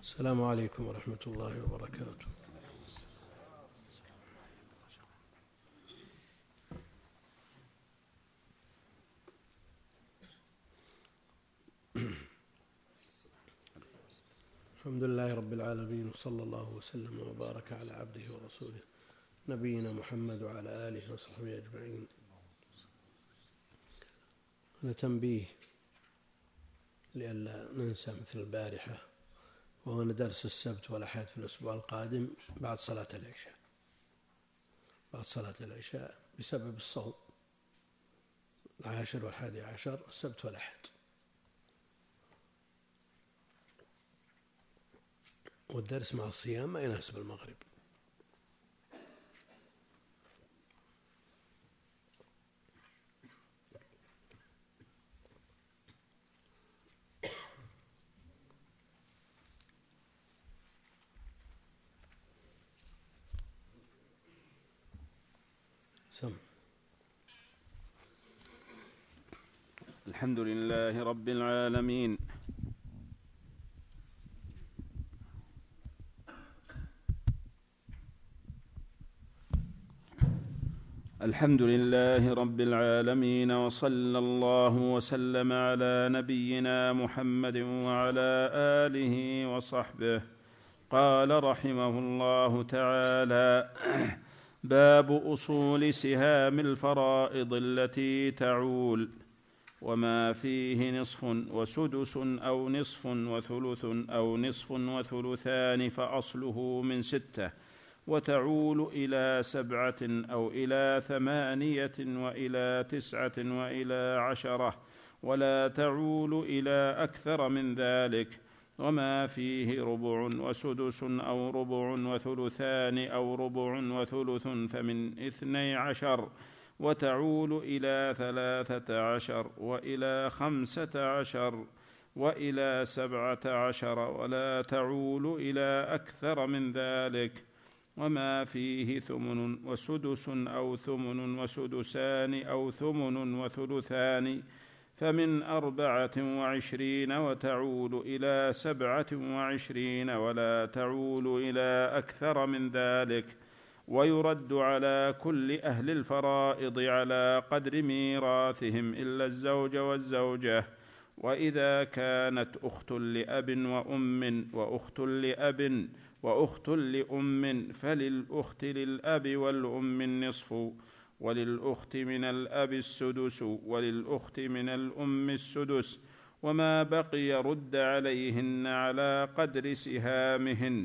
السلام عليكم ورحمة الله وبركاته. الحمد لله رب العالمين، وصلى الله وسلم وبارك على عبده ورسوله نبينا محمد وعلى آله وصحبه أجمعين. هذا تنبيه لئلا ننسى مثل البارحة، وهو درس السبت والأحد في الأسبوع القادم بعد صلاة العشاء بسبب الصوم 10 و11 السبت والأحد، والدرس مع الصيام ما يناسب المغرب. الحمد لله رب العالمين، الحمد لله رب العالمين، وصلى الله وسلم على نبينا محمد وعلى آله وصحبه. قال رحمه الله تعالى: باب أصول سهام الفرائض التي تعول، وما فيه نصف وسدس أو نصف وثلث أو نصف وثلثان فأصله من 6، وتعول إلى 7 أو إلى 8 وإلى 9 وإلى 10، ولا تعول إلى أكثر من ذلك. وما فيه ربع وسدس أو ربع وثلثان أو ربع وثلث فمن 12، وتعول إلى 13 وإلى 15 وإلى 17، ولا تعول إلى أكثر من ذلك. وما فيه ثمن وسدس أو ثمن وسدسان أو ثمن وثلثان فمن 24، وتعول إلى 27، ولا تعول إلى أكثر من ذلك. ويرد على كل أهل الفرائض على قدر ميراثهم إلا الزوج والزوجة. وإذا كانت أخت لأب وأم وأخت لأب وأخت لأم فللأخت للأب والأم النصف، وللأخت من الأب السدس، وللأخت من الأم السدس، وما بقي رد عليهن على قدر سهامهن.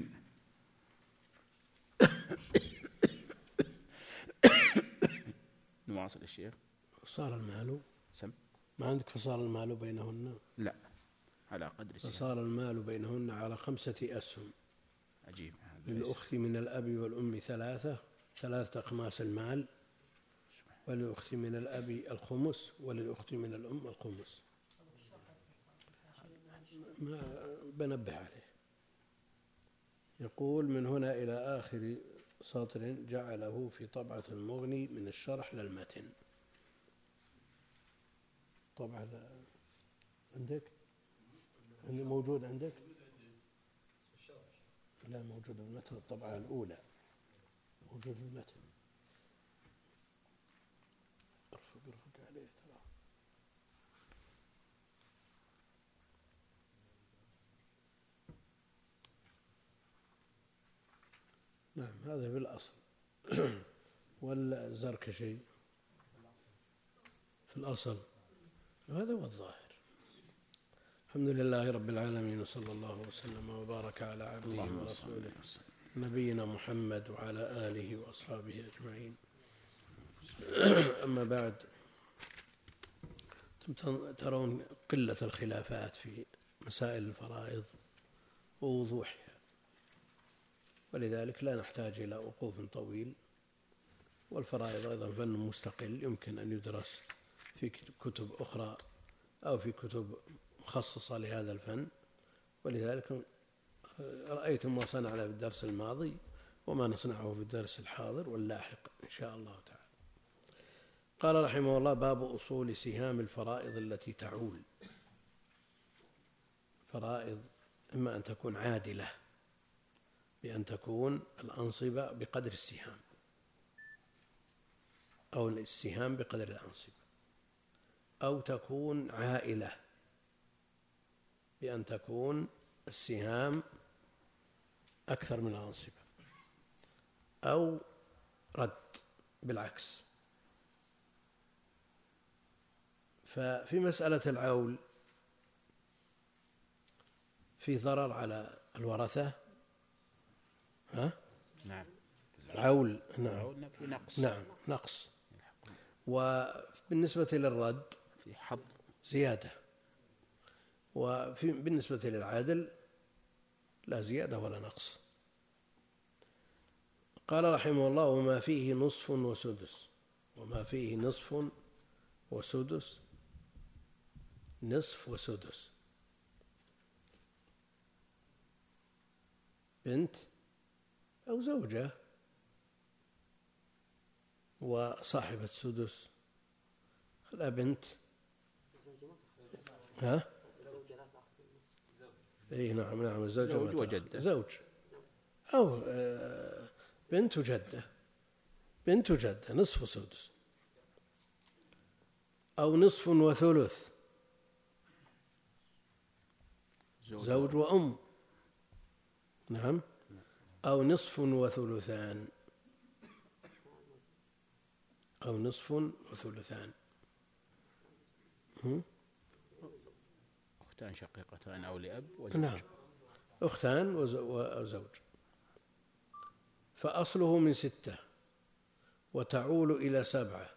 نواصل الشيخ. فصال المال سم. ما عندك فصال المال بينهن؟ لا، على قدر سهام. فصال المال بينهن على 5 أسهم. عجيب. للأخت من الأب والأم 3 أخماس المال، وللأخت من الأب الخمس، وللأخت من الأم الخمس. ما بنبه عليه. يقول: من هنا إلى آخر سطر جعله في طبعة المغني من الشرح للمتن. طبعا عندك؟ موجود عندك؟ لا، موجود المتن، الطبعة الأولى موجود المتن. ارفق عليه ترى. نعم، هذا في الأصل. والزركشي في الأصل، هذا هو الظاهر. الحمد لله رب العالمين، وصلى الله وسلم وبارك على عبده ورسوله نبينا محمد وعلى آله وأصحابه أجمعين. أما بعد، ترون قلة الخلافات في مسائل الفرائض ووضوحها، ولذلك لا نحتاج إلى وقوف طويل. والفرائض أيضا فن مستقل يمكن أن يدرس في كتب أخرى أو في كتب مخصصة لهذا الفن، ولذلك رأيتم ما صنعنا في الدرس الماضي وما نصنعه في الدرس الحاضر واللاحق إن شاء الله تعالى. قال رحمه الله: باب أصول سهام الفرائض التي تعول. فرائض إما أن تكون عادلة بأن تكون الأنصبة بقدر السهام، أو السهام بقدر الأنصبة، أو تكون عائلة بأن تكون السهام أكثر من الأنصبة، أو رد بالعكس. ففي مسألة العول في ضرر على الورثة. نعم. العول نعم في نقص. نعم نقص. وبالنسبة للرد في حظ زيادة. وبالنسبة للعادل لا زيادة ولا نقص. قال رحمه الله: وما فيه نصف وسدس. وما فيه نصف وسدس. نصف وسدس. بنت أو زوجة وصاحبة سدس. لا بنت. اي نعم الزوج وجدة. زوج أو بنت وجدة. بنت وجدة نصف سدس، أو نصف وثلث. زوج وأم. نعم. أو نصف وثلثان. أو نصف وثلثان. أختان شقيقتان أو لأب وزوج. نعم أختان وزوج. فأصله من 6 وتعول إلى 7.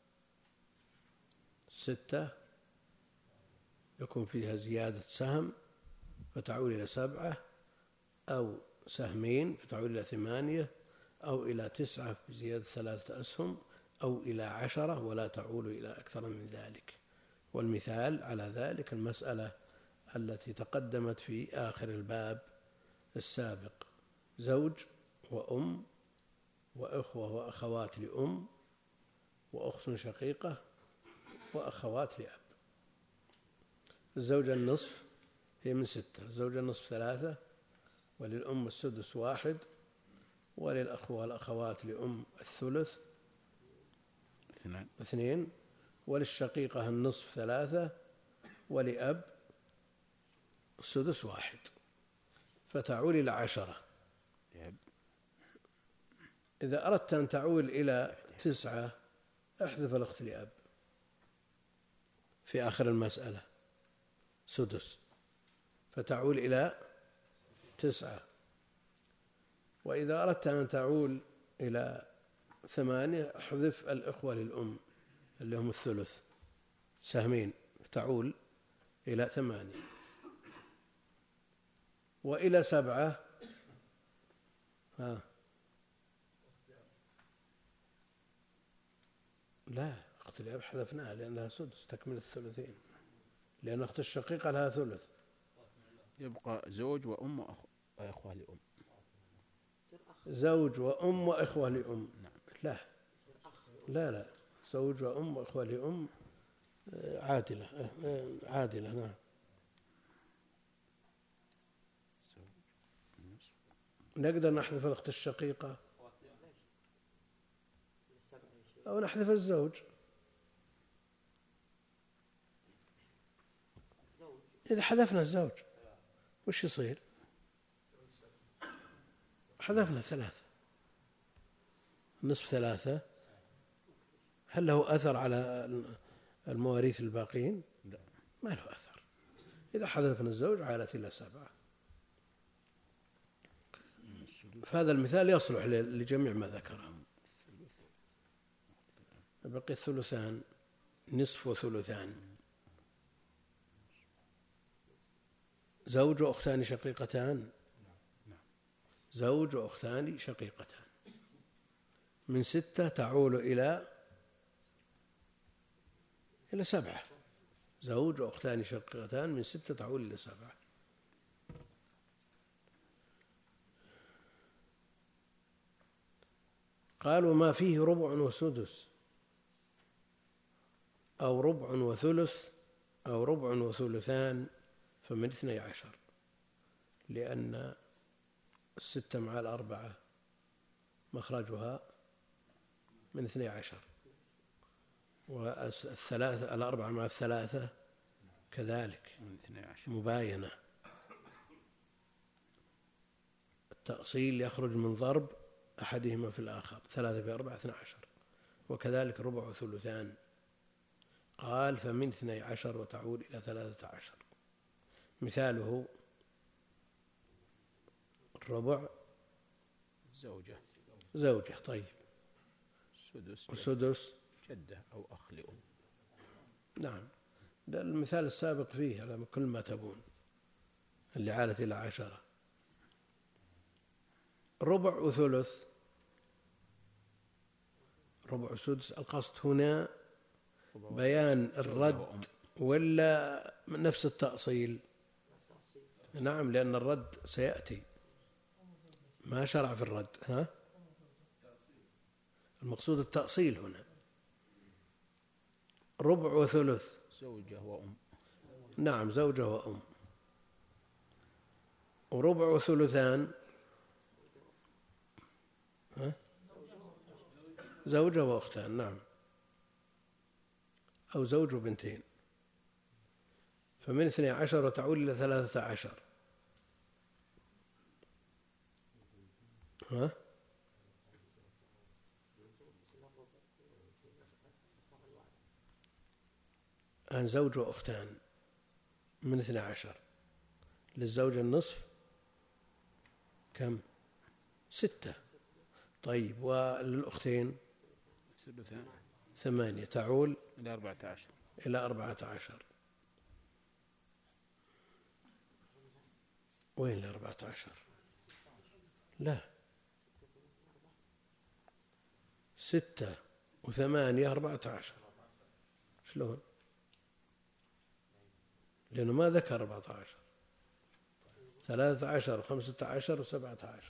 6 يكون فيها زيادة سهم فتعول إلى 7، أو سهمين فتعود إلى 8، أو إلى 9 بزيادة 3 أسهم، أو إلى 10 ولا تعول إلى أكثر من ذلك. والمثال على ذلك المسألة التي تقدمت في آخر الباب السابق: زوج وأم وإخوة وأخوات لأم وأخت شقيقة وأخوات لأب. الزوجة النصف هي من 6، الزوجة النصف 3، وللأم السدس 1، وللأخوة والأخوات لأم الثلث 2، وللشقيقة النصف 3، ولأب السدس 1، فتعول إلى 10. إذا أردت أن تعول إلى 9 احذف الأخت لأب في آخر المسألة سدس، فتعول إلى 9. وإذا أردت أن تعول إلى 8 احذف الإخوة للأم اللي هم الثلث سهمين، تعول إلى 8. وإلى 7 لا، أخت الأب حذفناها لأنها سدس تكمل الثلثين، لأن أخت الشقيقة لها ثلث. يبقى زوج وأم وإخوة لأم. زوج وأم وإخوة لأم. نعم. لا زوج وأم وإخوة لأم عادلة نعم. نقدر نحذف الأخت الشقيقة أو نحذف الزوج. إذا حذفنا الزوج وش يصير؟ حذفنا 3، نصف 3. هل له أثر على المواريث الباقين؟ لا، ما له أثر. إذا حذفنا الزوج عالت إلى 7. فهذا المثال يصلح لجميع ما ذكره. بقي الثلثان، نصف وثلثان. زوج وأختان شقيقتان. زوج وأختان شقيقتان من 6 تعول إلى 7. زوج وأختان شقيقتان من 6 تعول إلى 7. قالوا ما فيه ربع وسدس أو ربع وثلث أو ربع وثلثان فمن 12. لأن 6 مع 4 مخرجها من 12، والثلاثة 4 مع 3 كذلك من 12. مباينة. التأصيل يخرج من ضرب أحدهما في الآخر، 3 في 4 12، وكذلك ربع وثلثان. قال فمن 12 وتعود إلى 13. مثاله الربع زوجة طيب، والسدس جدة أو أخ لأم. نعم، ده المثال السابق فيه على كل ما تبون اللي عالت إلى 10. ربع وثلث، ربع وسدس، القصد هنا بيان الرد ولا نفس التأصيل؟ نعم، لأن الرد سيأتي، ما شرع في الرد. ها، المقصود التأصيل هنا. ربع وثلث، زوجة وأم. نعم، زوجة وأم. وربع وثلثان، ها؟ زوجة وأختان، نعم، أو زوج وبنتين. فمن 12 وتعود إلى 13. ها؟ أن زوج وأختان من 12، للزوج النصف كم؟ 6. طيب، وللأختين ثلثان 8، تعول إلى 14. إلى 14. وين 14؟ لا، 6 و8 14. شلون؟ لأنه ما ذكر 14. 13 و15 و17.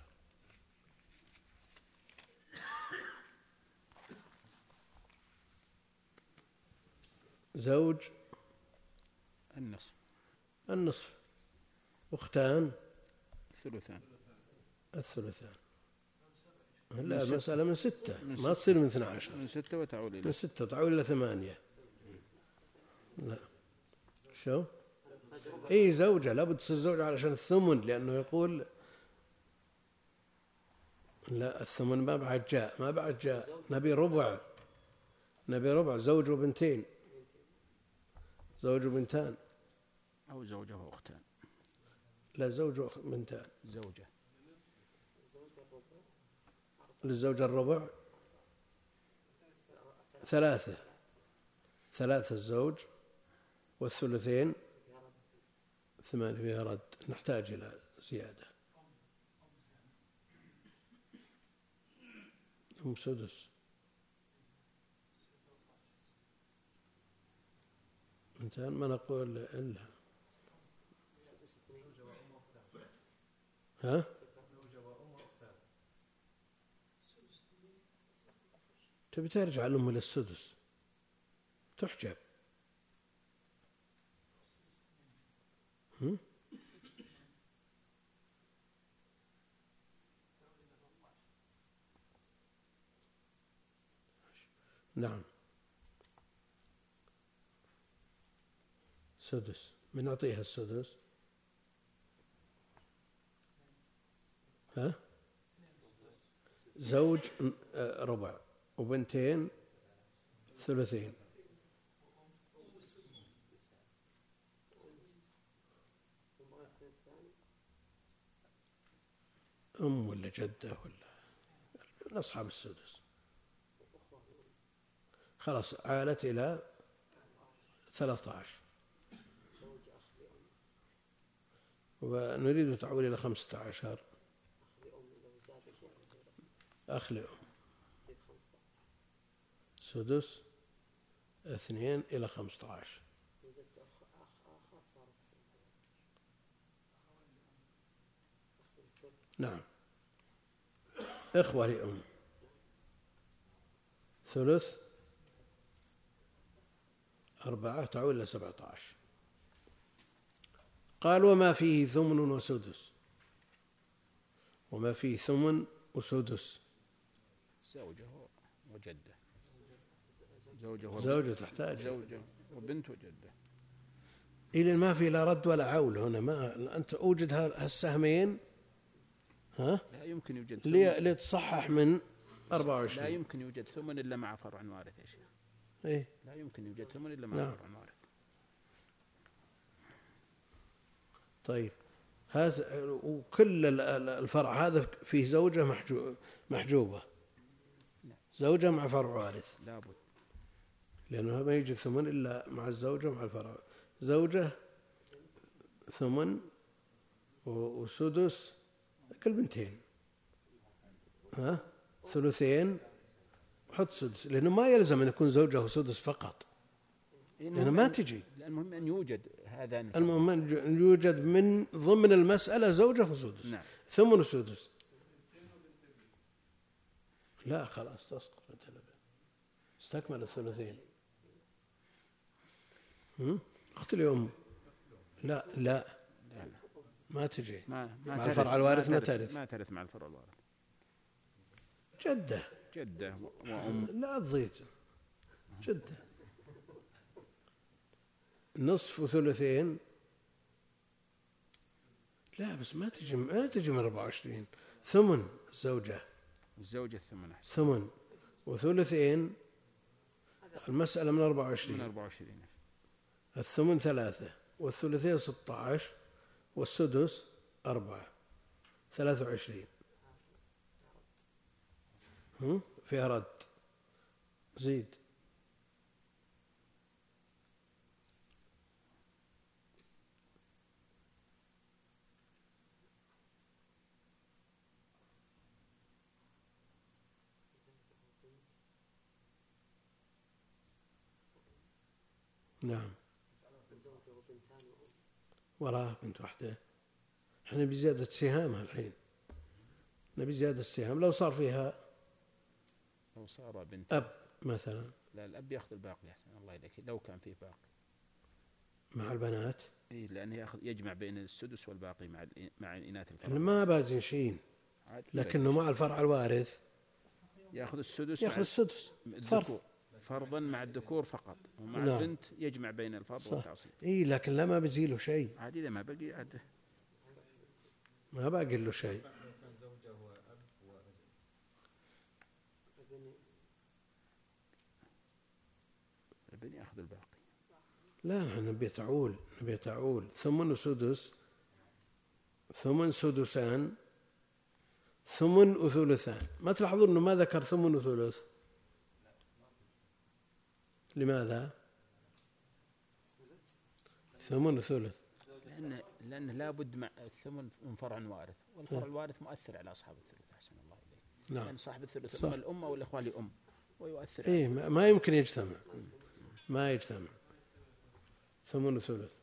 زوج النصف، أختان الثلثان. لا، المسألة من 6، ما تصير من 12. من 6 وتعود إلى من 6 وتعود إلى 8. لا، شو؟ إيه، زوجة لابد تصير زوجة علشان الثمن، لأنه يقول لا، الثمن ما بعد جاء، نبي ربع، زوج وبنتين، زوج وبنتان، أو زوجة وأختان. لا، زوج وبنتان. زوجة للزوجة الربع 3 الزوج، والثلثين 8 فيها رد، نحتاج إلى زيادة. سدس بنتان، ما نقول إلا ها؟ تبي ترجع الأم للسدس تحجب. نعم، سدس، من نعطيها السدس؟ ها؟ زوج ربع، وبنتين ثلثين. أم ولا جدة ولا أصحاب السدس. خلاص، عالت إلى 13، ونريد تعود إلى 15. أخ لأم، سدس 2 إلى 15. نعم، إخوة لأم، ثلث 4 تعود إلى 17. قال وما فيه ثمن وسدس. وما فيه ثمن وسدس. زوجة وجدة. زوجة تحتاج زوجة وبنت وجدة. إلى ما في لا رد ولا عول هنا. ما أنت أوجد هالسهمين ها لا يمكن يوجد لتصحح من 24. لا يمكن يوجد ثمن إلا مع فرع وارث يا شيخ. إيه؟ لا يمكن يوجد ثمن إلا مع نعم. فرع وارث. طيب هذا وكل الفرع هذا فيه زوجة محجوبة. زوجة مع فرع وارث لابد، لأنه ما يوجد ثمن إلا مع الزوجة مع الفرع. زوجة ثمن وسدس كل بنتين ثلثين وحط سدس، لأنه ما يلزم أن يكون زوجة وسدس فقط، لأنه ما تجي. المهم أن يوجد هذان. المهم أن يوجد من ضمن المسألة زوجة وسدس. نعم. ثمن وسدس. لا خلاص تسقط بنت لبن، استكمل الثلثين. أخت اليوم لا ما تجي مع الفرع الوارث. ما ترث مع الفرع الوارث. جدة وأم. لا تضيج. جدة نصف وثلثين. لا بس ما تجي من 24. ثمن الزوجة الثمن أحسن. ثمن وثلثين. المسألة من 24. الثمن 3 والثلثين 16 والسدس 4 23. فيها رد. زيد. نعم. وراها بنت واحدة. احنا بزيادة سهامها الحين، نبي زيادة السهام. لو صار فيها لو صار بنت أب مثلا. لا الأب يأخذ الباقي أحسن الله إليك. لو كان فيه باقي مع البنات. إيه، لأنه يجمع بين السدس والباقي مع الإناث الفرع. ما باجي شيء، لكنه مع الفرع الوارث يأخذ السدس فرضا مع الذكور فقط، ومع البنت يجمع بين الفرض والتعصيب. إيه لكن لا ما بيجي له شيء. عاد إذا ما بقي عاد ما باقي له شيء. الابن يأخذ الباقي. لا نحن نبي تعول. ثمن وسدس. ثمن سدسان. ثمن وثلثان. ما تلاحظون أنه ما ذكر ثمن وثلث؟ لماذا؟ ثمن وثلث لأنه لابد مع الثمن من فرع وارث، والفرع الوارث مؤثر على أصحاب الثلث أحسن الله إليك. نعم. لأن صاحب الثلث أما الأم والإخوة لأم ويؤثر. إيه ما يمكن يجتمع. ما يجتمع ثمن وثلث.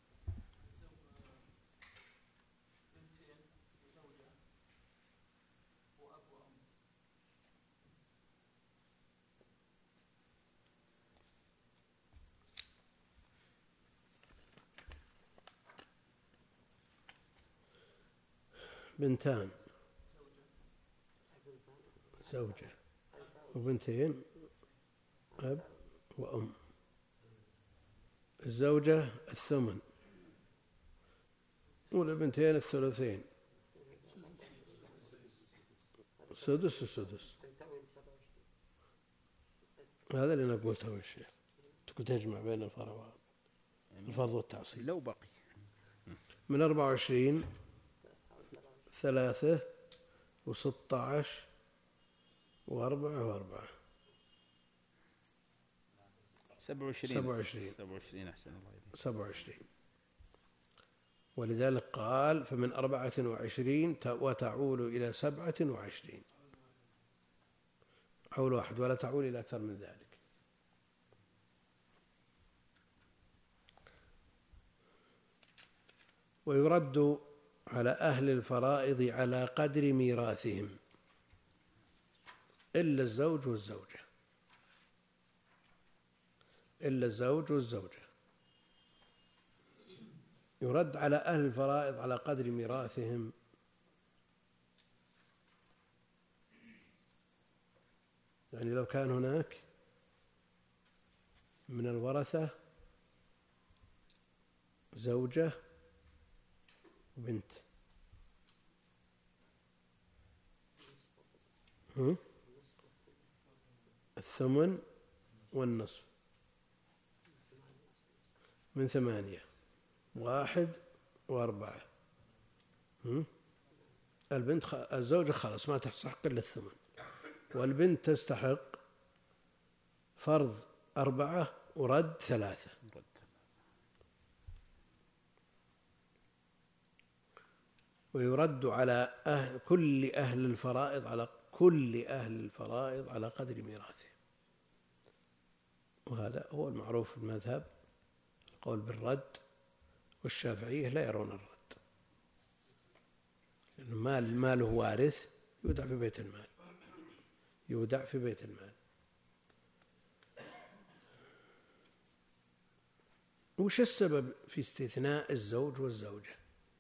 بنتان زوجة وبنتين أب وأم. الزوجة الثمن والبنتين الثلثين. سدس وسدس. هذا اللي نقول تو الشيخ. تقول تجمع بين الفرض والتعصيب. لو بقي من 24 3 و16 و4 و4 27 أحسن الله إليك. 27. ولذلك قال فمن 24 وتعول إلى 27. عول واحد ولا تعول إلى أكثر من ذلك. ويرد على أهل الفرائض على قدر ميراثهم إلا الزوج والزوجة. إلا الزوج والزوجة. يرد على أهل الفرائض على قدر ميراثهم يعني لو كان هناك من الورثة زوجة وبنت، الثمن والنصف من 8، 1 و4. الزوجة خلاص ما تستحق إلا الثمن، والبنت تستحق فرض 4 ورد 3. ويرد على كل أهل الفرائض على قدر ميراثهم. وهذا هو المعروف في المذهب، القول بالرد، والشافعية لا يرون الرد، لأن ماله وارث يودع في بيت المال. وش السبب في استثناء الزوج والزوجة؟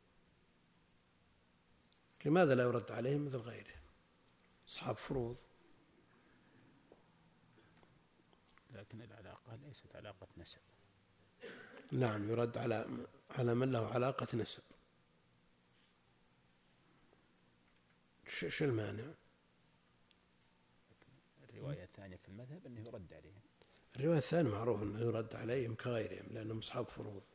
لماذا لا يرد عليهم مثل غيرهم أصحاب فروض؟ لكن العلاقة ليست علاقة نسب. نعم، يرد على من له علاقة نسب. شو المانع؟ الرواية الثانية في المذهب أنه يرد عليهم. الرواية الثانية معروف أنه يرد عليهم كغيرهم لأنهم أصحاب فروض،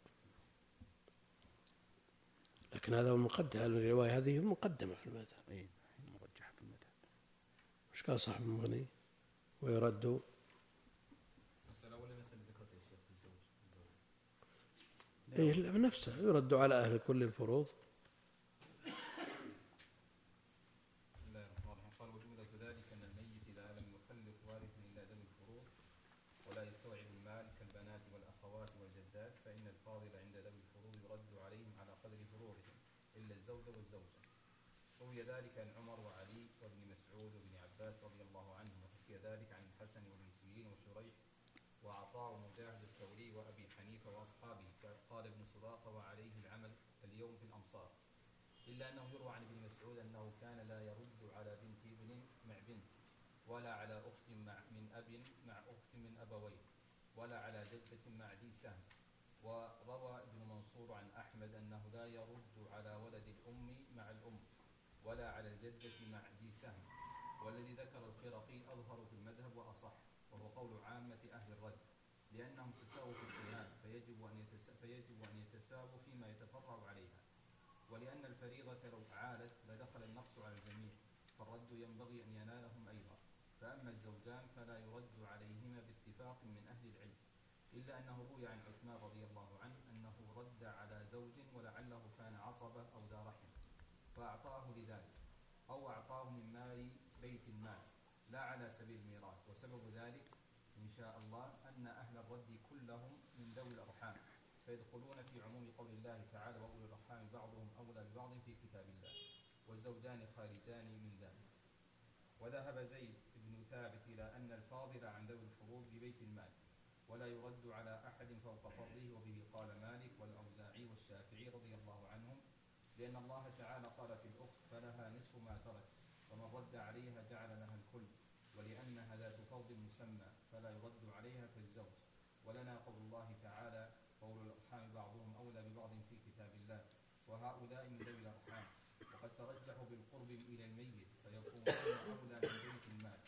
لكن هذا هو المقدم. الرواية هذه المقدمة في المذهب، المرجحة في المذهب. وش قال صاحب المغني؟ ويرد نفسه، يرد على أهل كل الفروض. قال وجملة ذلك أن الميت إذا لم يخلف وارثا إلا ذوي الفروض ولا يستوعب المال كالبنات والأخوات والجدات، فإن الفاضل عند ذوي الفروض يرد عليهم على قدر فروضهم إلا الزوج والزوجة. روي ذلك عن عمر وعلي وابن مسعود وابن عباس رضي الله عنهم، وحكي ذلك عن الحسن وابن سيرين وشريح وعطاء ومجاهد الثوري وأبي حنيفة وأصحابه. قال ابن سراقة وعليه العمل اليوم في الأمصار، إلا أنه يروى عن ابن مسعود أنه كان لا يرد على بنت ابن مع بنت، ولا على أخت من أب مع أخت من أبوين، ولا على جدة مع ذي سهم. وروى ابن منصور عن أحمد أنه لا يرد على ولد الأم مع الأم، ولا على الجدة مع ذي سهم. والذي ذكر الخرقي أظهر في المذهب وأصح، وهو قول عامة أهل الرد، لأنهم تساووا في الصيام فيجب أن يتساووا فيما يتفرع عليها، ولأن الفريضة لو عالت لدخل النقص على الجميع، فالرد ينبغي أن ينالهم أيضا. فأما الزوجان فلا يرد عليهما باتفاق من أهل العلم، إلا أنه روي عن عثمان رضي الله عنه أنه رد على زوج ولعله كان عصبة أو ذا رحم فأعطاه لذلك، أو أعطاه من مال بيت المال لا على سبيل الميراث. وسبب ذلك إن شاء الله أن أهل الرد كلهم من ذوي الأرحام، فيدخلون في عموم قول الله تعالى وأولي الأرحام بعضهم أولى ببعض في كتاب الله، والزوجان خارجان من ذلك. وذهب زيد بن ثابت إلى أن الفاضل عن ذوي الفروض ببيت المال ولا يرد على أحد فوق فرضه، وبه قال مالك والأوزاعي والشافعي رضي الله عنهم، لأن الله تعالى قال في الأخت فلها نصف ما ترك، ومن رد عليها جعل لها الكل، ولأنها ذات فرض مسمى فلا يرد عليها كالزوج. ولنا قول الله تعالى وأولو الأرحام بعضهم أولى ببعض في كتاب الله، وهؤلاء من ذوي الأرحام، وقد ترجحوا بالقرب إلى الميت فيكونون أولى من بيت المال،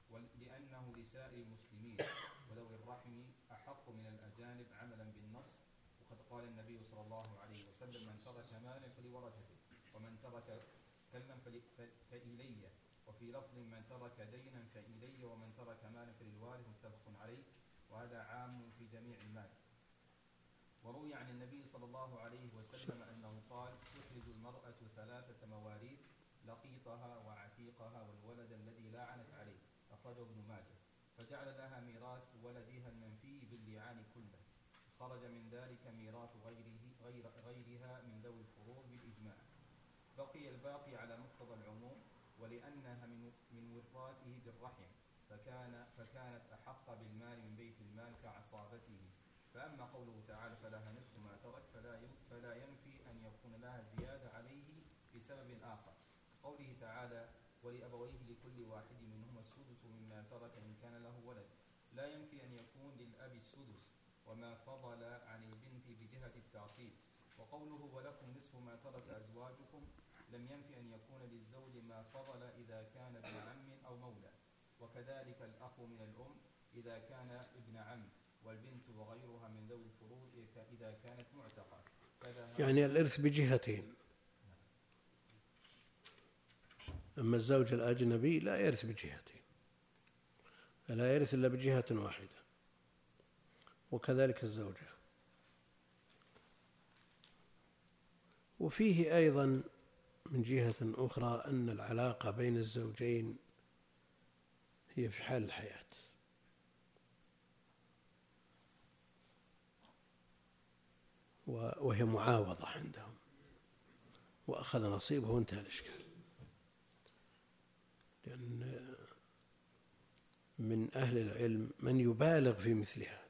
لأنه لسائر المسلمين وذوي الرحم أحق من الأجانب عملا بالنص. وقد قال النبي صلى الله عليه وسلم من ترك مالا فلورثته، ومن ترك كلا فإلي، وفي لفظ من ترك دينا فإلي، ومن ترك مالا فللوارث، متفق عليه، وهذا عام في جميع المال. وروي عن النبي صلى الله عليه وسلم أنه قال تحرز المرأة 3 مواريث، لقيطها وعتيقها والولد الذي لاعنت عليه، أخرجه ابن ماجه، فجعل لها ميراث ولدها المنفي باللعان كله، خرج من ذلك ميراث غيرها من ذوي الفروض بالإجماع. بقي الباقي على مقتضى العموم، ولأنها من وراثه بالرحم فكانت أحق بالمال من بيت المال كعصابته. فأما قوله تعالى فلها نصف ما ترك فلا ينفي أن يكون لها زيادة عليه بسبب آخر، قوله تعالى ولأبويه لكل واحد منهما السدس مما ترك إن كان له ولد. لا ينفي أن يكون للأب السدس وما فضل عن البنت بجهة التعصيب. وقوله ولكم نصف ما ترك أزواجكم لم ينفي أن يكون للزوج ما فضل إذا كان ابن عم أو مولى، وكذلك الأخ من الأم إذا كان ابن عم، والبنت وغيرها من ذوي الفروض إذا كانت معتقة. يعني الإرث بجهتين. أما الزوج الأجنبي لا يرث بجهتين، فلا يرث إلا بجهة واحدة، وكذلك الزوجة. وفيه أيضا من جهة أخرى أن العلاقة بين الزوجين هي في حال الحياة، وهي معاوضة عندهم، وأخذ نصيبه وانتهى الإشكال. لأن من أهل العلم من يبالغ في مثل هذا،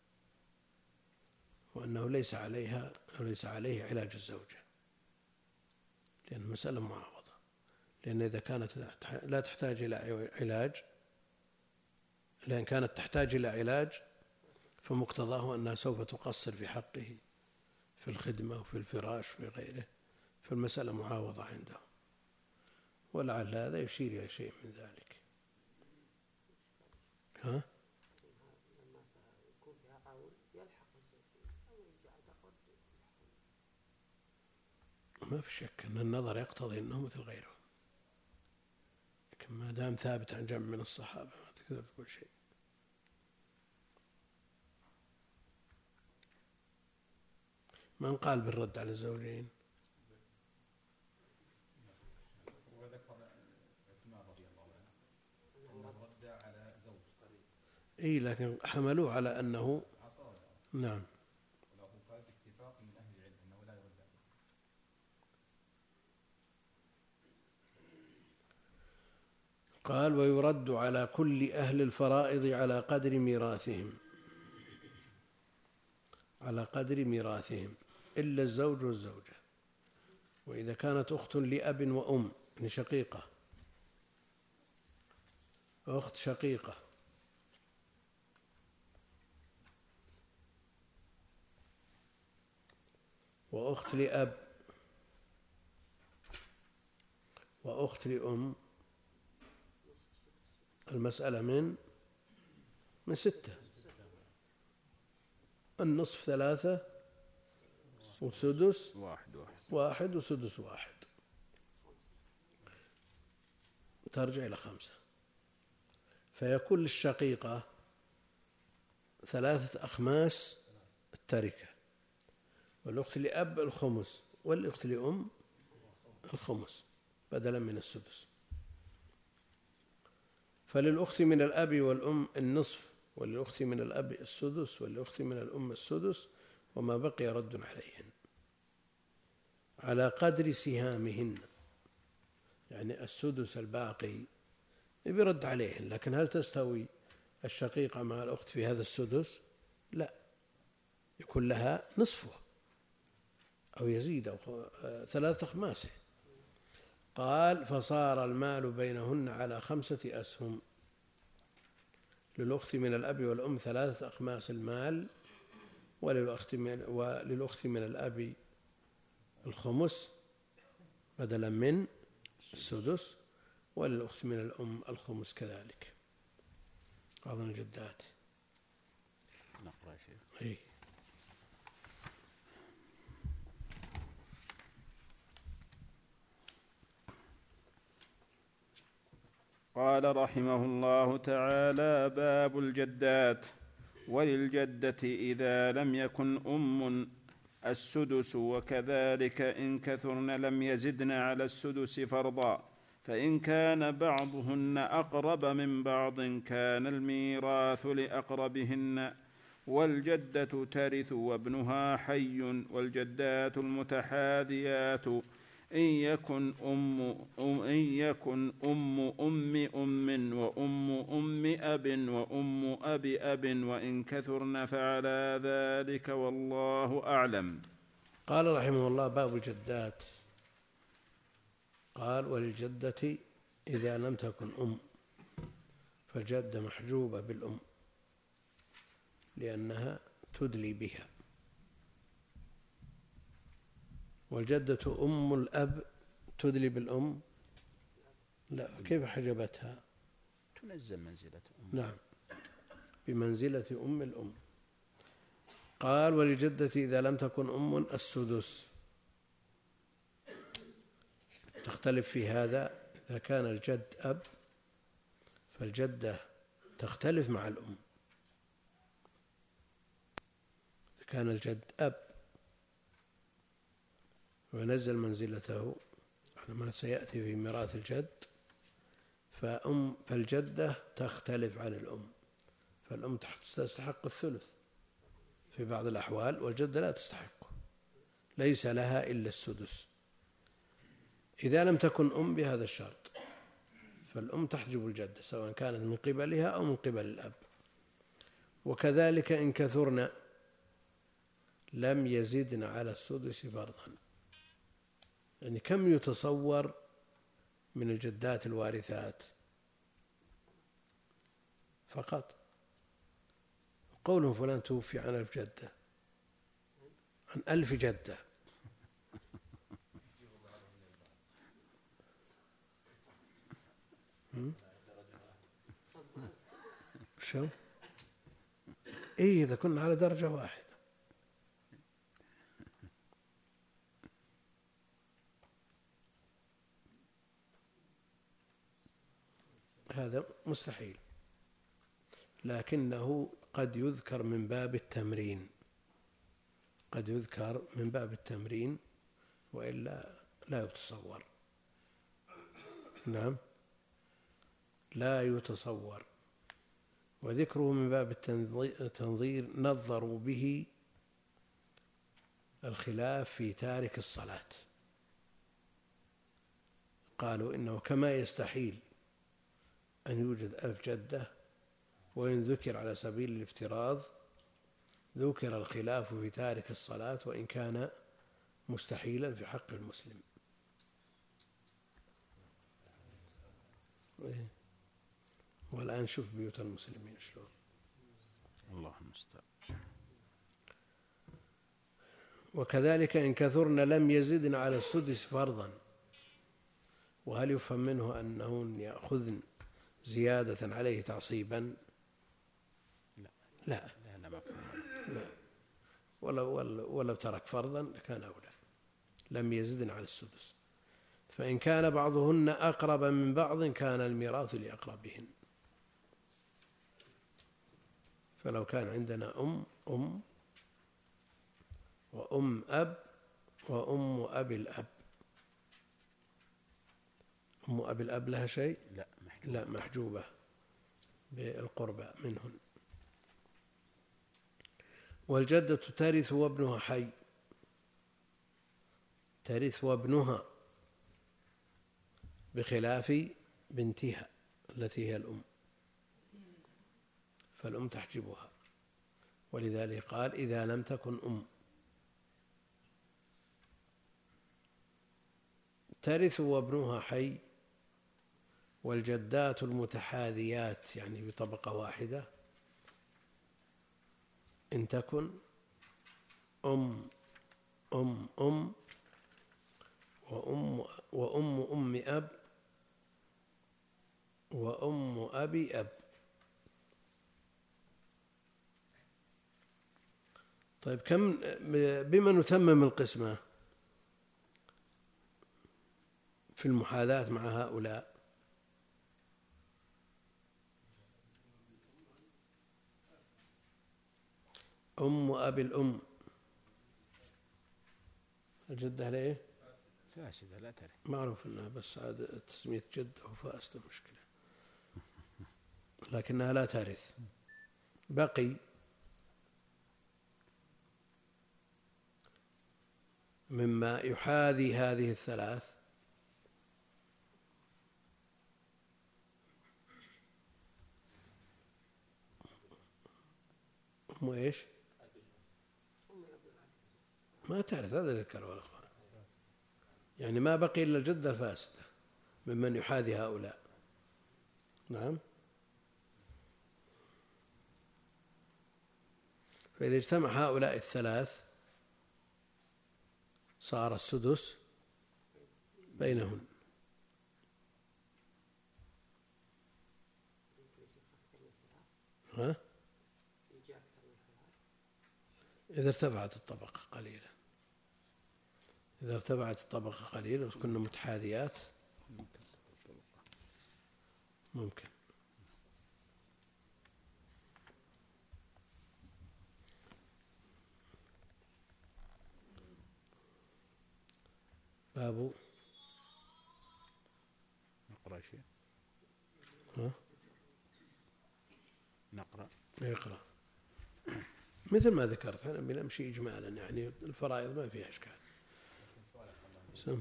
وأنه ليس عليه علاج الزوجة، لأن المسألة معاوضة. لأن إذا كانت لا تحتاج إلى علاج، لأن كانت تحتاج إلى علاج فمقتضاه أنها سوف تقصر في حقه في الخدمة وفي الفراش وفي غيره، فالمسألة معاوضة عنده، ولعل هذا يشير إلى شيء من ذلك. ها؟ ما في شك أن النظر يقتضي أنه مثل غيره، لكن ما دام ثابت عن جمع من الصحابة ما تقدر تقول شيء. من قال بالرد على الزوجين؟ وذكر عثمان رضي الله عنه أنه رد على زوج قريب. إيه، لكن حملوه على أنه نعم. وله قال باتفاق من أهل العلم أنه لا يرد عليه. قال ويرد على كل أهل الفرائض على قدر ميراثهم إلا الزوج والزوجة. وإذا كانت أخت لأب وأم، يعني شقيقة، أخت شقيقة، وأخت لأب وأخت لأم، المسألة من 6، النصف 3 وسدس 1 وسدس 1، ترجع إلى 5، فيكون للشقيقة 3 أخماس التركة، والأخت لأب الخمس، والأخت لأم الخمس بدلا من السدس. فللأخت من الأب والأم النصف، وللأخت من الأب السدس، وللأخت من الأم السدس، وما بقي رد عليهن على قدر سهامهن، يعني السدس الباقي يرد عليهن. لكن هل تستوي الشقيقة مع الأخت في هذا السدس؟ لا، يكون لها نصفه أو يزيد أو 3 أخماسه. قال فصار المال بينهن على 5 أسهم، للأخت من الأب والأم 3 أخماس المال، وللأخت من الأب الخمس بدلا من السدس، وللأخت من الأم الخمس كذلك. أظن الجدات نقرأ شيء. إيه. قال رحمه الله تعالى: باب الجدات. وللجدة إذا لم يكن أم السدس، وكذلك إن كثرن لم يزدن على السدس فرضا، فإن كان بعضهن أقرب من بعض كان الميراث لأقربهن. والجدة ترث وابنها حي، والجدات المتحاذيات إن يكن أم وأم أب وأم أب، وإن كثرن فعلى ذلك، والله أعلم. قال رحمه الله: باب الجدات. قال: وللجدة إذا لم تكن أم فالجدة محجوبة بالأم لأنها تدلي بها، والجدة أم الأب تدلي بالأم لا، كيف حجبتها؟ تنزل منزلة أم. نعم، بمنزلة أم الأم. قال وللجدة إذا لم تكن أم السدس. تختلف في هذا، إذا كان الجد أب فالجدة تختلف مع الأم. إذا كان الجد أب ونزل منزلته على ما سيأتي في ميراث الجد، فالجدة تختلف عن الأم، فالأم تستحق الثلث في بعض الأحوال، والجدة لا تستحقه، ليس لها إلا السدس إذا لم تكن أم بهذا الشرط، فالأم تحجب الجدة سواء كانت من قبلها أو من قبل الأب. وكذلك إن كثرن لم يزدن على السدس فرضا، يعني كم يتصور من الجدات الوارثات فقط؟ قولهم فلان توفي عن 1000 جدة، عن 1000 جدة، شو؟ إيه إذا كنا على درجة واحدة. هذا مستحيل، لكنه قد يذكر من باب التمرين، قد يذكر من باب التمرين، وإلا لا يتصور. نعم، لا يتصور. وذكره من باب التنظير نظروا به الخلاف في تارك الصلاة، قالوا إنه كما يستحيل أن يوجد 1000 جدة، وإن ذكر على سبيل الافتراض ذكر الخلاف في تارك الصلاة وإن كان مستحيلا في حق المسلم. والآن شوف بيوت المسلمين شلون. الله المستعان. وكذلك إن كثرن لم يزدن على السدس فرضا. وهل يفهم منه أنهن يأخذن زيادة عليه تعصيبا؟ لا لا, لا, لا, لا. ولو ترك فرضا كان أولى. لم يزدن على السدس، فإن كان بعضهن أقرب من بعض كان الميراث لأقربهن. فلو كان عندنا أم وأم أب وأم أبي الأب، أم أبي الأب لها شيء؟ لا، محجوبة بالقربى منهن. والجدة ترث وابنها حي، ترث وابنها بخلاف بنتها التي هي الأم، فالأم تحجبها، ولذلك قال إذا لم تكن أم. ترث وابنها حي. والجدات المتحاذيات يعني بطبقة واحدة إن تكن أم وأم أب وأم أبي أب. طيب بما نتمم القسمة في المحاذاة مع هؤلاء؟ أم أبي الأم الجدة ليه؟ فاسدة لا ترث، معروف أنها بس عاد تسمية جدة وفاسدة مشكلة، لكنها لا ترث. بقي مما يحاذي هذه الثلاث أم إيش؟ ما تعرف، هذا ذكر الأخوان، يعني ما بقي إلا الجدة الفاسدة ممن يحاذي هؤلاء. نعم. فإذا اجتمع هؤلاء الثلاث صار السدس بينهن. ها؟ إذا ارتفعت الطبقة قليلا، إذا ارتفعت الطبقة قليلا وكنا متحاذيات ممكن. باب نقرأ شيء. ها؟ نقرأ. يقرأ مثل ما ذكرت أنا بنمشي إجمالا، يعني الفرائض ما فيها إشكال. سم.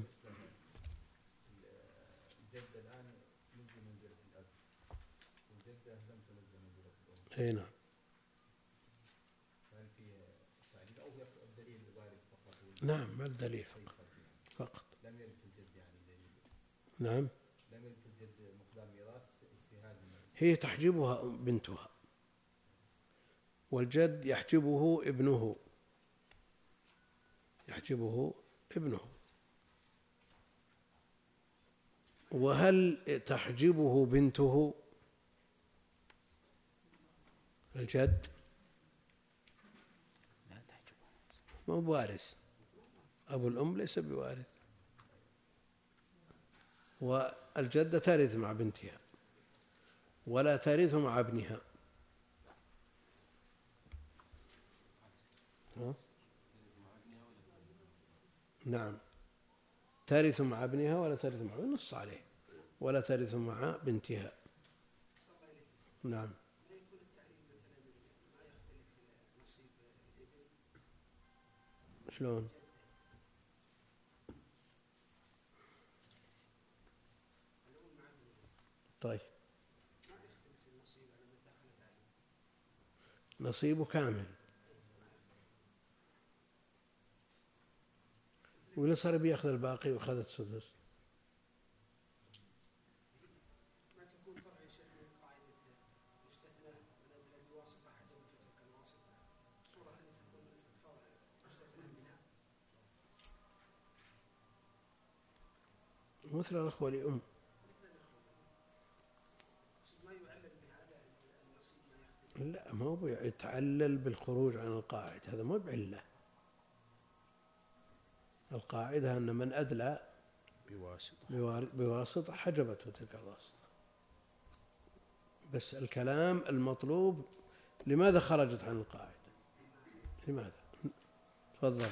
الجدة الآن نزل منزلة الأب، والجدة لم تنزل منزلة الأم. أي نعم. هل في تعديل أو الدليل وارد فقط؟ نعم، ما الدليل فقط. لم يرد في الجد يعني دليل. نعم. لم يرد في الجد مقدار ميراث اجتهاد. هي تحجبها بنتها، والجد يحجبه ابنه، يحجبه ابنه. وهل تحجبه بنته الجد؟ لا تحجبه، ما هو بوارث، أبو الأم ليس بوارث. والجدة ترث مع بنتها ولا ترث مع ابنها. نعم، ترث مع ابنها ولا ترث مع، نص عليه ولا ترث مع بنتها. نعم. شلون؟ طيب، نصيبه كامل، ولا صار بياخذ الباقي وأخذت سدس. ما تكون فرع يا شيخ من قاعدة مستثنى من الواسطة حجم في تلك الواسطة، صورة أن تكون فرع مستثنى منها مثل الأخوة لأم. ما يعلل بهذا النصيب ما يختلف. لا، ما هو يتعلل بالخروج عن القاعدة، هذا ما بعلة. القاعدة أن من أدلى بواسطة حجبته تلك الواسطة. بس الكلام المطلوب لماذا خرجت عن القاعدة؟ لماذا؟ تفضل.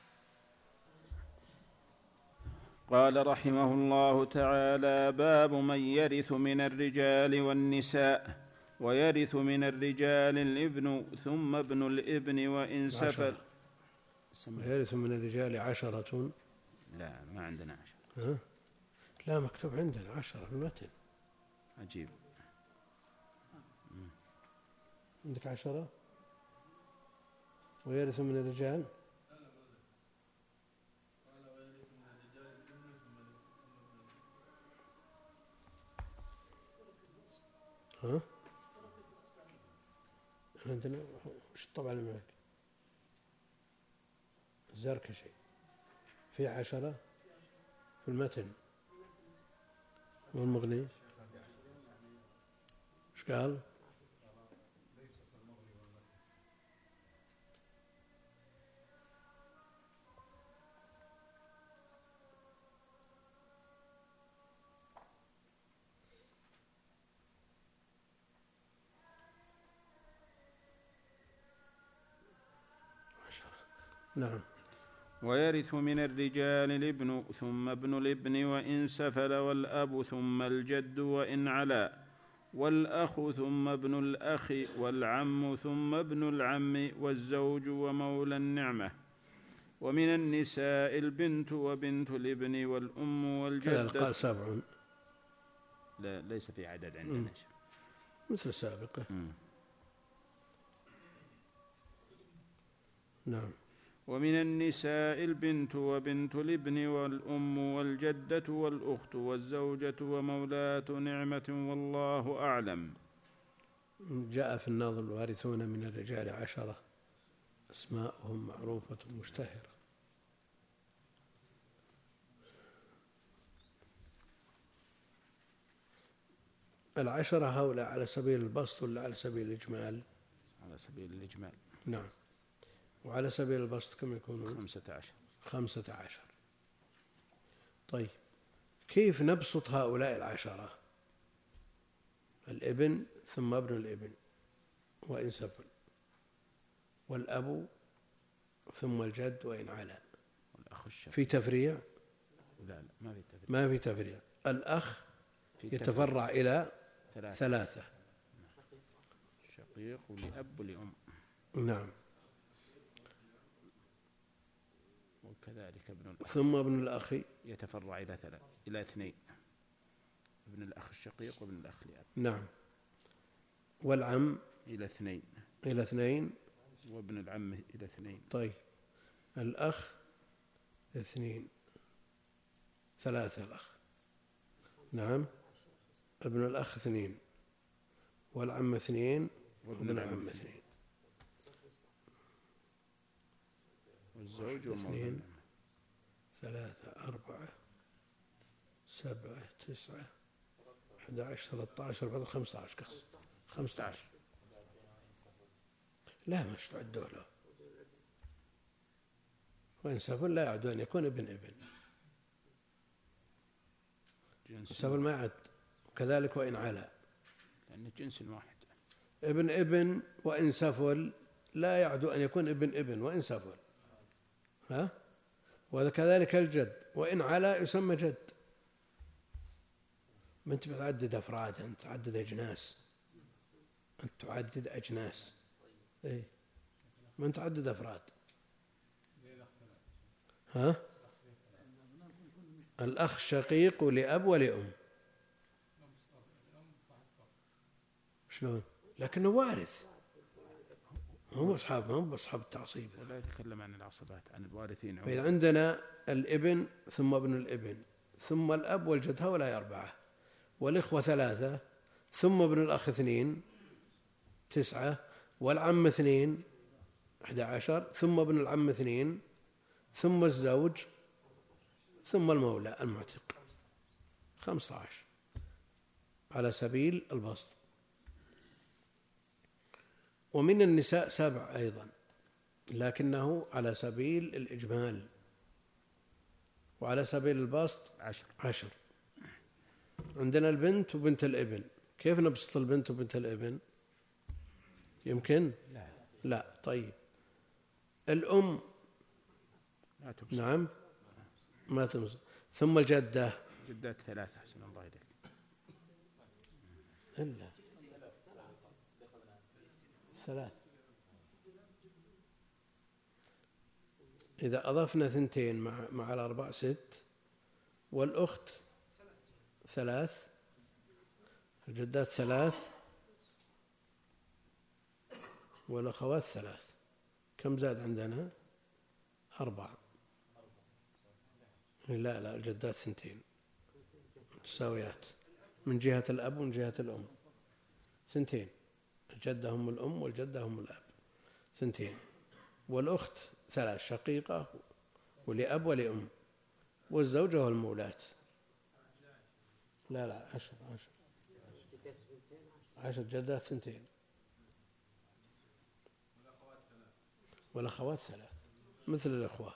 قال رحمه الله تعالى: باب من يرث من الرجال والنساء. ويرث من الرجال الابن ثم ابن الابن وإن سفل. ويرث من الرجال 10. لا، ما عندنا 10. ها؟ لا، مكتوب عندنا 10 في المتن. عجيب. عندك 10. ويرث من الرجال ها؟ عندنا وش الطبع الملك الزركشي في 10 في المتن. والمغني ايش قال؟ نعم. ويرث من الرجال الابن ثم ابن الابن وإن سفل، والأب ثم الجد وإن علا، والأخ ثم ابن الأخ، والعم ثم ابن العم، والزوج ومولى النعمة. ومن النساء البنت وبنت الابن والأم والجدة. قال 7. لا، ليس في عدد عندنا. مثل السابقة. نعم. ومن النساء البنت وبنت الابن والأم والجدة والأخت والزوجة ومولاة نعمة والله أعلم. جاء في الناظم الوارثون من الرجال 10 أسماءهم معروفة مشتهرة. ال10 هؤلاء على سبيل البسط ولا على سبيل الإجمال؟ على سبيل الإجمال. نعم. وعلى سبيل البسط كم يكونون؟ 15. 15. طيب كيف نبسط هؤلاء 10؟ الابن ثم ابن الابن وإن سفل، والأب ثم الجد وإن علا. والأخ الشقيق. في تفريع؟ لا ما في تفريع. ما في تفريع. الأخ يتفرع إلى 3. شقيق ولأب ولأم. نعم. وكذلك ابن الأخ. ثم ابن الأخ يتفرع إلى 2. ابن الأخ الشقيق وابن الأخ لأب. نعم. والعم إلى 2. إلى 2. وابن العم إلى 2. طيب الأخ 2. 3 الأخ. نعم. ابن الأخ 2 والعم 2 وابن العم 2. والزوج 2 3 4 7 9 11 13 بعد 15 قص 15. لا مش تعدوا له. وإن سفل لا يعد أن يكون ابن سفل ما يعد. كذلك وإن علا، لأن جنس واحد. ابن وإن سفل لا يعد أن يكون ابن وإن سفل. وكذلك الجد وإن علا يسمى جد. ما أنت بتعدد أفراد، أنت تعدد أجناس. أنت تعدد أجناس. إيه؟ ما أنت تعدد أفراد. الأخ شقيق لأب ولأم. شلون؟ لكنه وارث، هم أصحاب التعصيب. لا يتكلم عن العصبات، عن الوارثين. فإذا عندنا الابن ثم ابن الابن ثم الأب والجد هؤلاء 4، والإخوة 3 ثم ابن الأخ 2 9 والعم 2 11 ثم ابن العم 2 ثم الزوج ثم المولى المعتق 15 على سبيل البسط. ومن النساء 7 أيضا لكنه على سبيل الإجمال، وعلى سبيل البسط 10. عندنا البنت وبنت الابن. كيف نبسط البنت وبنت الابن؟ يمكن؟ لا. طيب الأم لا تبسط. نعم ما تبسط. ثم الجدة. جدات 3 حسن الله إليك. إلا 3. إذا أضفنا 2 مع 4 6. والأخت 3. الجدات 3 والأخوات 3. كم زاد عندنا؟ 4. لا الجدات 2 متساويات من جهة الأب ومن جهة الأم 2. الجدة هم الأم والجدة هم الأب 2. والأخت 3 شقيقة ولأب ولأم، والزوجة والمولاة. لا 10 جدات 2 والأخوات 3 مثل الأخوة.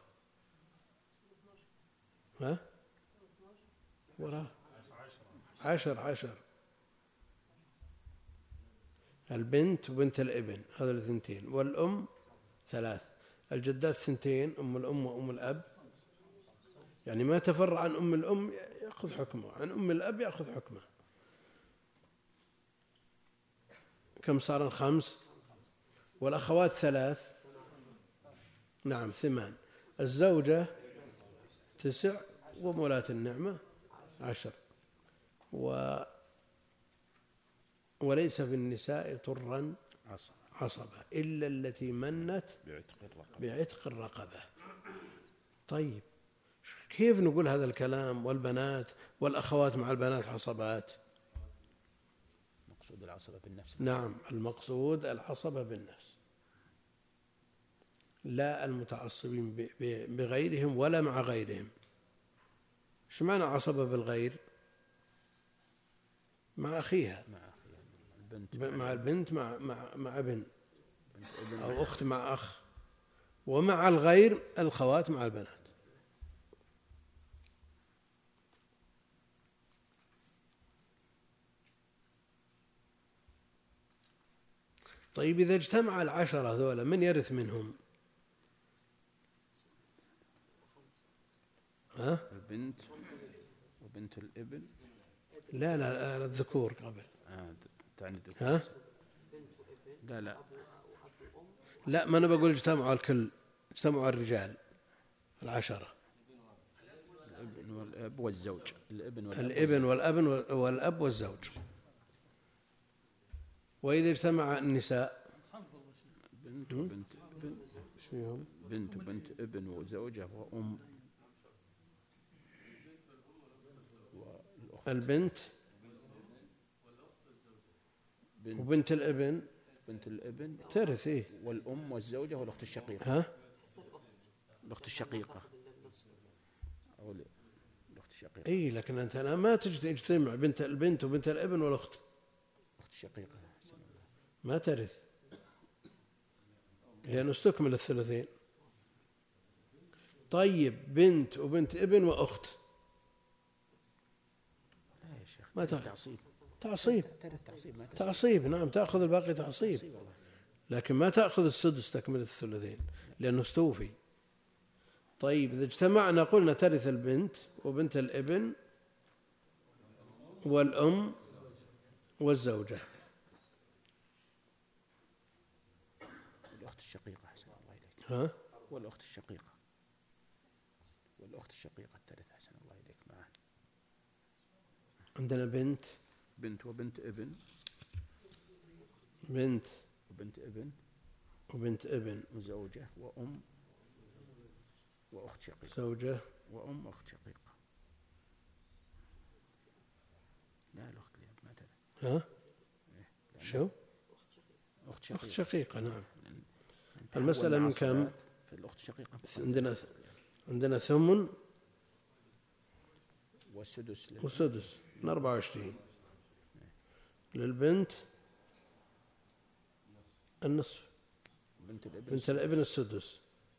وراه 10 البنت وبنت الابن هذا 2 والأم 3. الجدات 2 أم الأم وأم الأب، يعني ما تفرع عن أم الأم يأخذ حكمه، عن أم الأب يأخذ حكمه. كم صار؟ 5. والأخوات 3 نعم 8. الزوجة 9 ومولاة النعمة 10. وليس في النساء طرا عصبة إلا التي منت بعتق الرقبة. طيب كيف نقول هذا الكلام والبنات والأخوات مع البنات عصبات؟ مقصود العصبة بالنفس. نعم المقصود العصبة بالنفس، لا المتعصبين بغيرهم ولا مع غيرهم. ايش معنى عصبة بالغير؟ مع أخيها، مع البنت مع ابن أو أخت مع أخ، ومع الغير الخوات مع البنات. طيب إذا اجتمع العشرة ذولا من يرث منهم؟ ها؟ البنت وبنت الابن. لا الذكور قبل. تعني الذكور. ها؟ لا ما أنا بقول اجتمعوا الكل، اجتمعوا الرجال العشرة. الابن والأب والزوج. الابن والأب والزوج. وإذا اجتمع النساء بنت وبنت ابن، بنت وبنت ابن وزوجة وأم والأخت. البنت وبنت الابن. بنت الابن ترث إيه؟ والأم والزوجة والأخت الشقيقة. ها؟ الأخت الشقيقة أو الأخت الشقيقة. إيه لكن أنت الآن ما تجتمع البنت وبنت الابن والأخت. الأخت الشقيقة ما ترث لأنه استكمل الثلثين. طيب بنت وبنت ابن وأخت ما تعصيب. نعم تأخذ الباقي تعصيب، لكن ما تأخذ السدس تكمل الثلثين لأنه استوفي. طيب إذا اجتمعنا قلنا ترث البنت وبنت الابن والأم والزوجة. والأخت الشقيقة أحسن الله إليك. ها؟ والأخت الشقيقة ترث أحسن الله إليك معه. عندنا بنت وبنت ابن. بنت وبنت ابن وزوجة وأم وأخت شقيقة. زوجة وأم أخت شقيقة. لا الأخت ما ترث. ها؟ شو؟ أخت شقيقة. نعم. المسألة من كم؟ في الأخت الشقيقة عندنا ثمن والسدس من 24. للبنت النصف. بنت الابن السدس.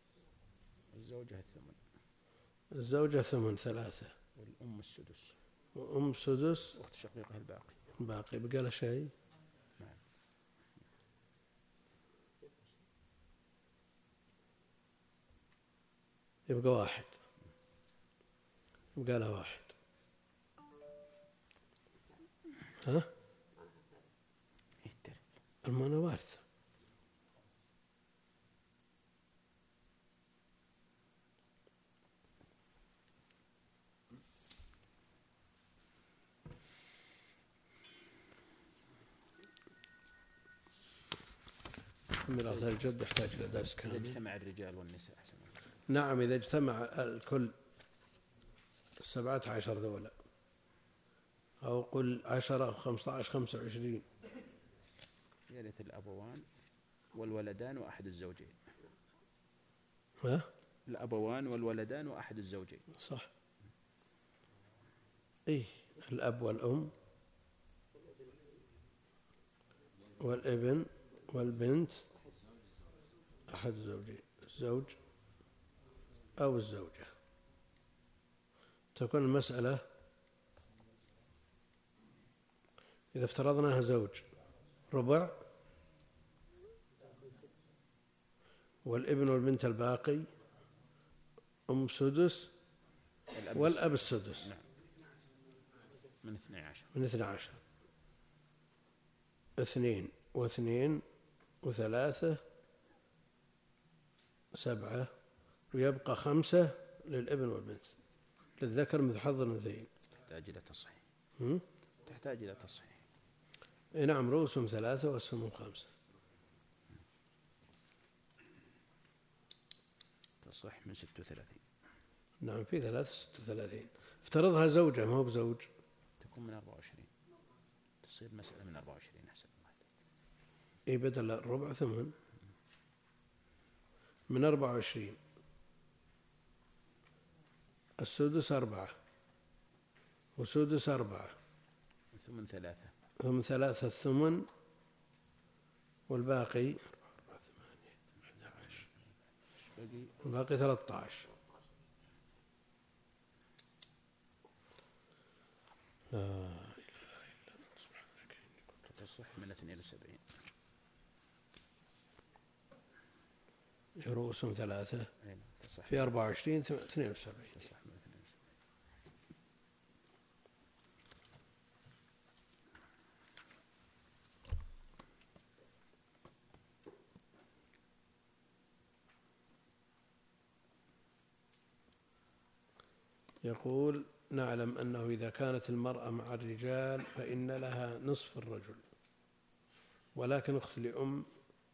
الزوجة ثمن 3. والأم سدس. أخت شقيقة الباقي بقى له شيء. يبقى واحد، يبقى له واحد. ها؟ المعنى وارثة. ميراث الجد يحتاج إلى درس كامل. إذا اجتمع الرجال والنساء. نعم إذا اجتمع الكل 17 ذولا، أو قل 10 أو 15 25. يرث الأبوان والولدان وأحد الزوجين. ها؟ الأبوان والولدان وأحد الزوجين. صح. إيه الأب والأم والابن والبنت أحد الزوجين، الزوج أو الزوجة. تكون المسألة إذا افترضناها زوج ربع، والابن والبنت الباقي، أم سدس، والأب السدس. من 12. 2 و2 و3 7، ويبقى 5 للابن والبنت. للذكر مثل حظ الأنثيين. تحتاج إلى تصحيح. نعم رؤوسهم 3 وأسهمهم 5. تصح من 36. نعم في 36. افترضها زوجة ما هو بزوج تكون من 24. تصير مسألة من 24 أحسن الله. إيه بدل الربع ثمن من 24. السدس 4 وسدس 4 ثمن 3 ثم 3 الثمن والباقي 4 8 11 والباقي 13. لا إله إلا أنت سبحانك إني كنت تصح من 72. رؤوسهم 3 تصح في 24 72. تصح من 72. يقول نعلم أنه إذا كانت المرأة مع الرجال فإن لها نصف الرجل، ولكن أخت لأم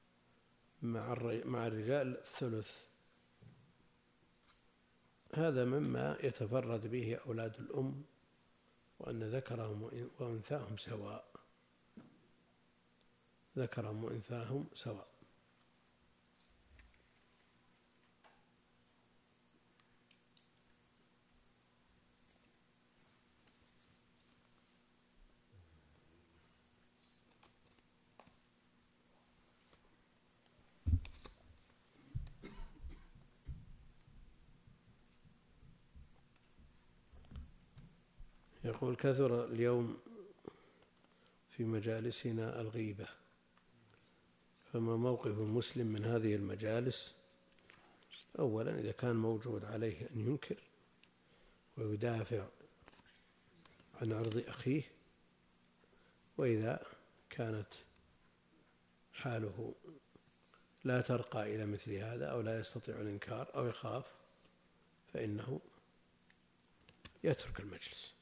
مع الرجال الثلث. هذا مما يتفرد به أولاد الأم، وأن ذكرهم وأنثاهم سواء، ذكرهم وأنثاهم سواء. يقول كثر اليوم في مجالسنا الغيبة، فما موقف المسلم من هذه المجالس؟ أولا إذا كان موجود عليه أن ينكر ويدافع عن عرض أخيه، وإذا كانت حاله لا ترقى إلى مثل هذا أو لا يستطيع الإنكار أو يخاف فإنه يترك المجلس.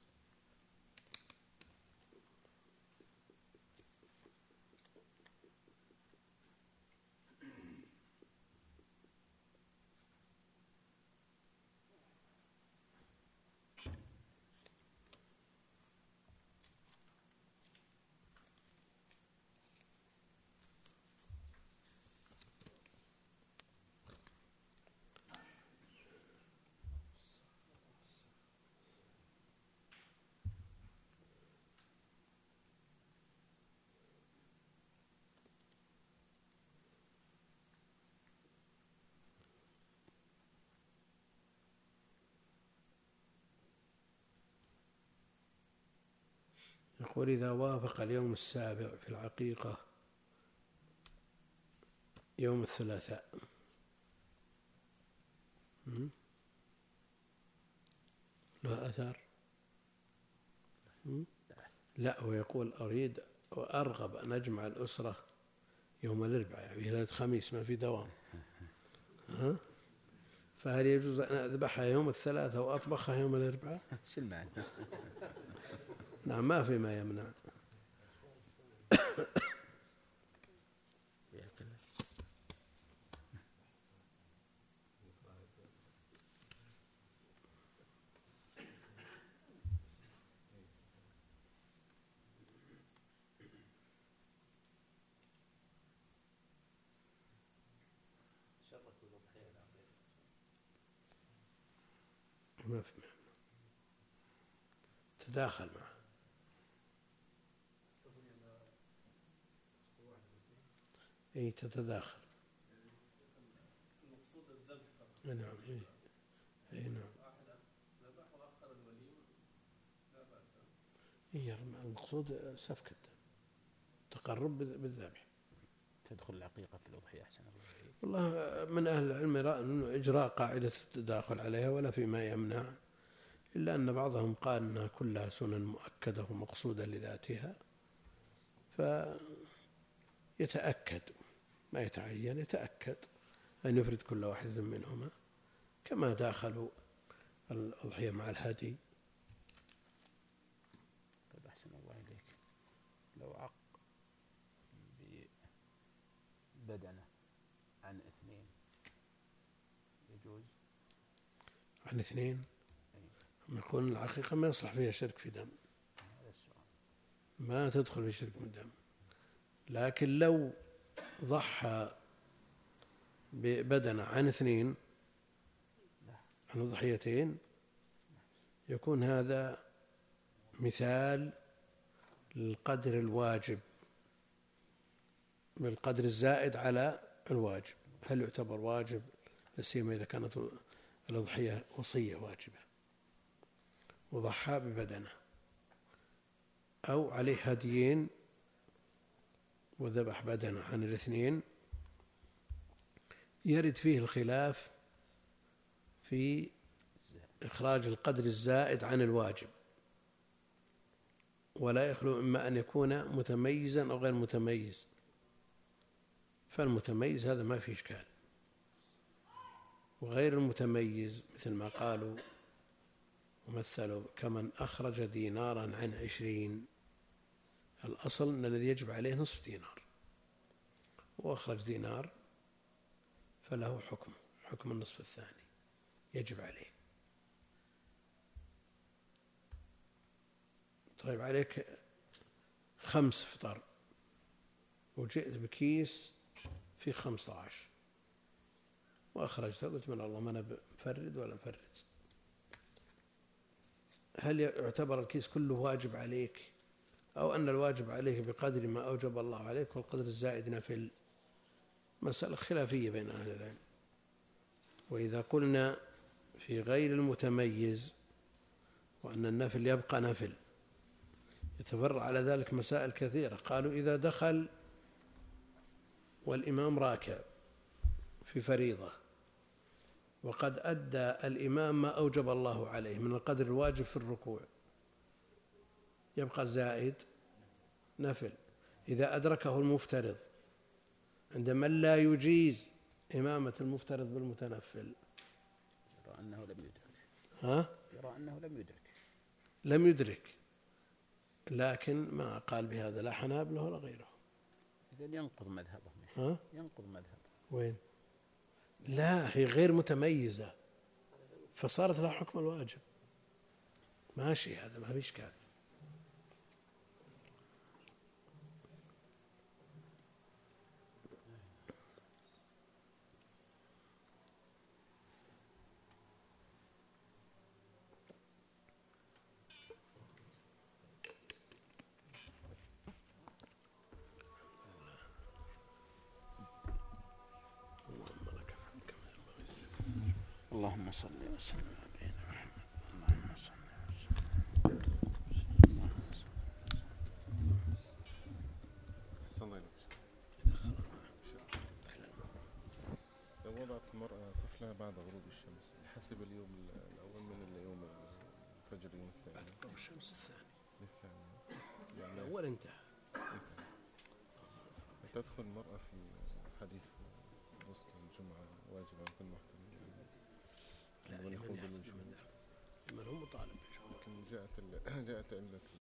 يقول إذا وافق اليوم السابع في العقيقة يوم الثلاثاء لا أثر؟ لا، ويقول أريد وأرغب أن أجمع الأسرة يوم الأربعاء، يعني ليلة الخميس ما في دوام، فهل يجوز أن أذبحها يوم الثلاثاء وأطبخها يوم الأربعاء؟ شو المعنى؟ نعم ما في ما يمنع. ما في معنى. تداخل معه. اي تتداخل. المقصود الذبح فقط. نعم اي نعم. ذبح واخر الوليمه لا باس. اي المقصود سفك الدم، تقرب بالذبح. تدخل العقيقة في الأضحية أحسن الله. والله من أهل العلم رأى أنه إجراء قاعدة التداخل عليها ولا فيما يمنع، إلا أن بعضهم قال أنها كلها سنن مؤكدة ومقصودة لذاتها، فيتأكد ما يتعين، يتأكد أن يفرد كل واحد منهما، كما داخلوا الأضحية مع الهدي. طيب أحسن الله إليك، لو عق ببدنه عن 2 يجوز عن اثنين يقول العقيقة ما يصلح فيها شرك في دم، ما تدخل في شرك من دم. لكن لو ضحى ببدنه عن اثنين، عن ضحيتين، يكون هذا مثال للقدر الواجب، بالقدر الزائد على الواجب. هل يعتبر واجب؟ لا سيما إذا كانت الأضحية وصية واجبة وضحى ببدنه، أو عليه هديين وذبح بدنه عن الاثنين، يرد فيه الخلاف في إخراج القدر الزائد عن الواجب، ولا يخلو إما أن يكون متميزا أو غير متميز. فالمتميز هذا ما فيه إشكال، وغير المتميز مثل ما قالوا ومثلوا كمن أخرج دينارا عن 20، الأصل أن الذي يجب عليه نصف دينار، وأخرج دينار فله حكم النصف الثاني يجب عليه. طيب عليك 5 فطر وجئت بكيس في 15 وأخرجته، قلت من الله ما أنا مفرد ولا مفرد، هل يعتبر الكيس كله واجب عليك، أو أن الواجب عليك بقدر ما أوجب الله عليك والقدر الزائد نفل؟ مسألة خلافية بين أهل العلم. وإذا قلنا في غير المتميز وأن النفل يبقى نفل، يتفرع على ذلك مسائل كثيرة. قالوا إذا دخل والإمام راكع في فريضة وقد أدى الإمام ما أوجب الله عليه من القدر الواجب في الركوع، يبقى الزائد نفل. إذا أدركه المفترض عند من لا يجيز إمامة المفترض بالمتنفل، يرى أنه لم يدرك. يرى أنه لم يدرك، لكن ما قال بهذا لا حنابلة ولا غيره. إذن ينقض مذهبه. ينقض مذهبه. وين؟ لا، هي غير متميزة فصارت لها حكم الواجب، ماشي، هذا ما في إشكال. اللهم صل وسلم على نبينا محمد. اللهم صل وسلم. لو وضعت المرأة طفلها بعد غروب الشمس حسب اليوم الأول من اليوم الفجر اليوم الثاني. بعد غروب الشمس الثاني يعني الأول انتهى. تدخل المرأة في حديث غسل الجمعة واجب على كل محتمل. لا، لمن هم مطالب. لكن جاءت علة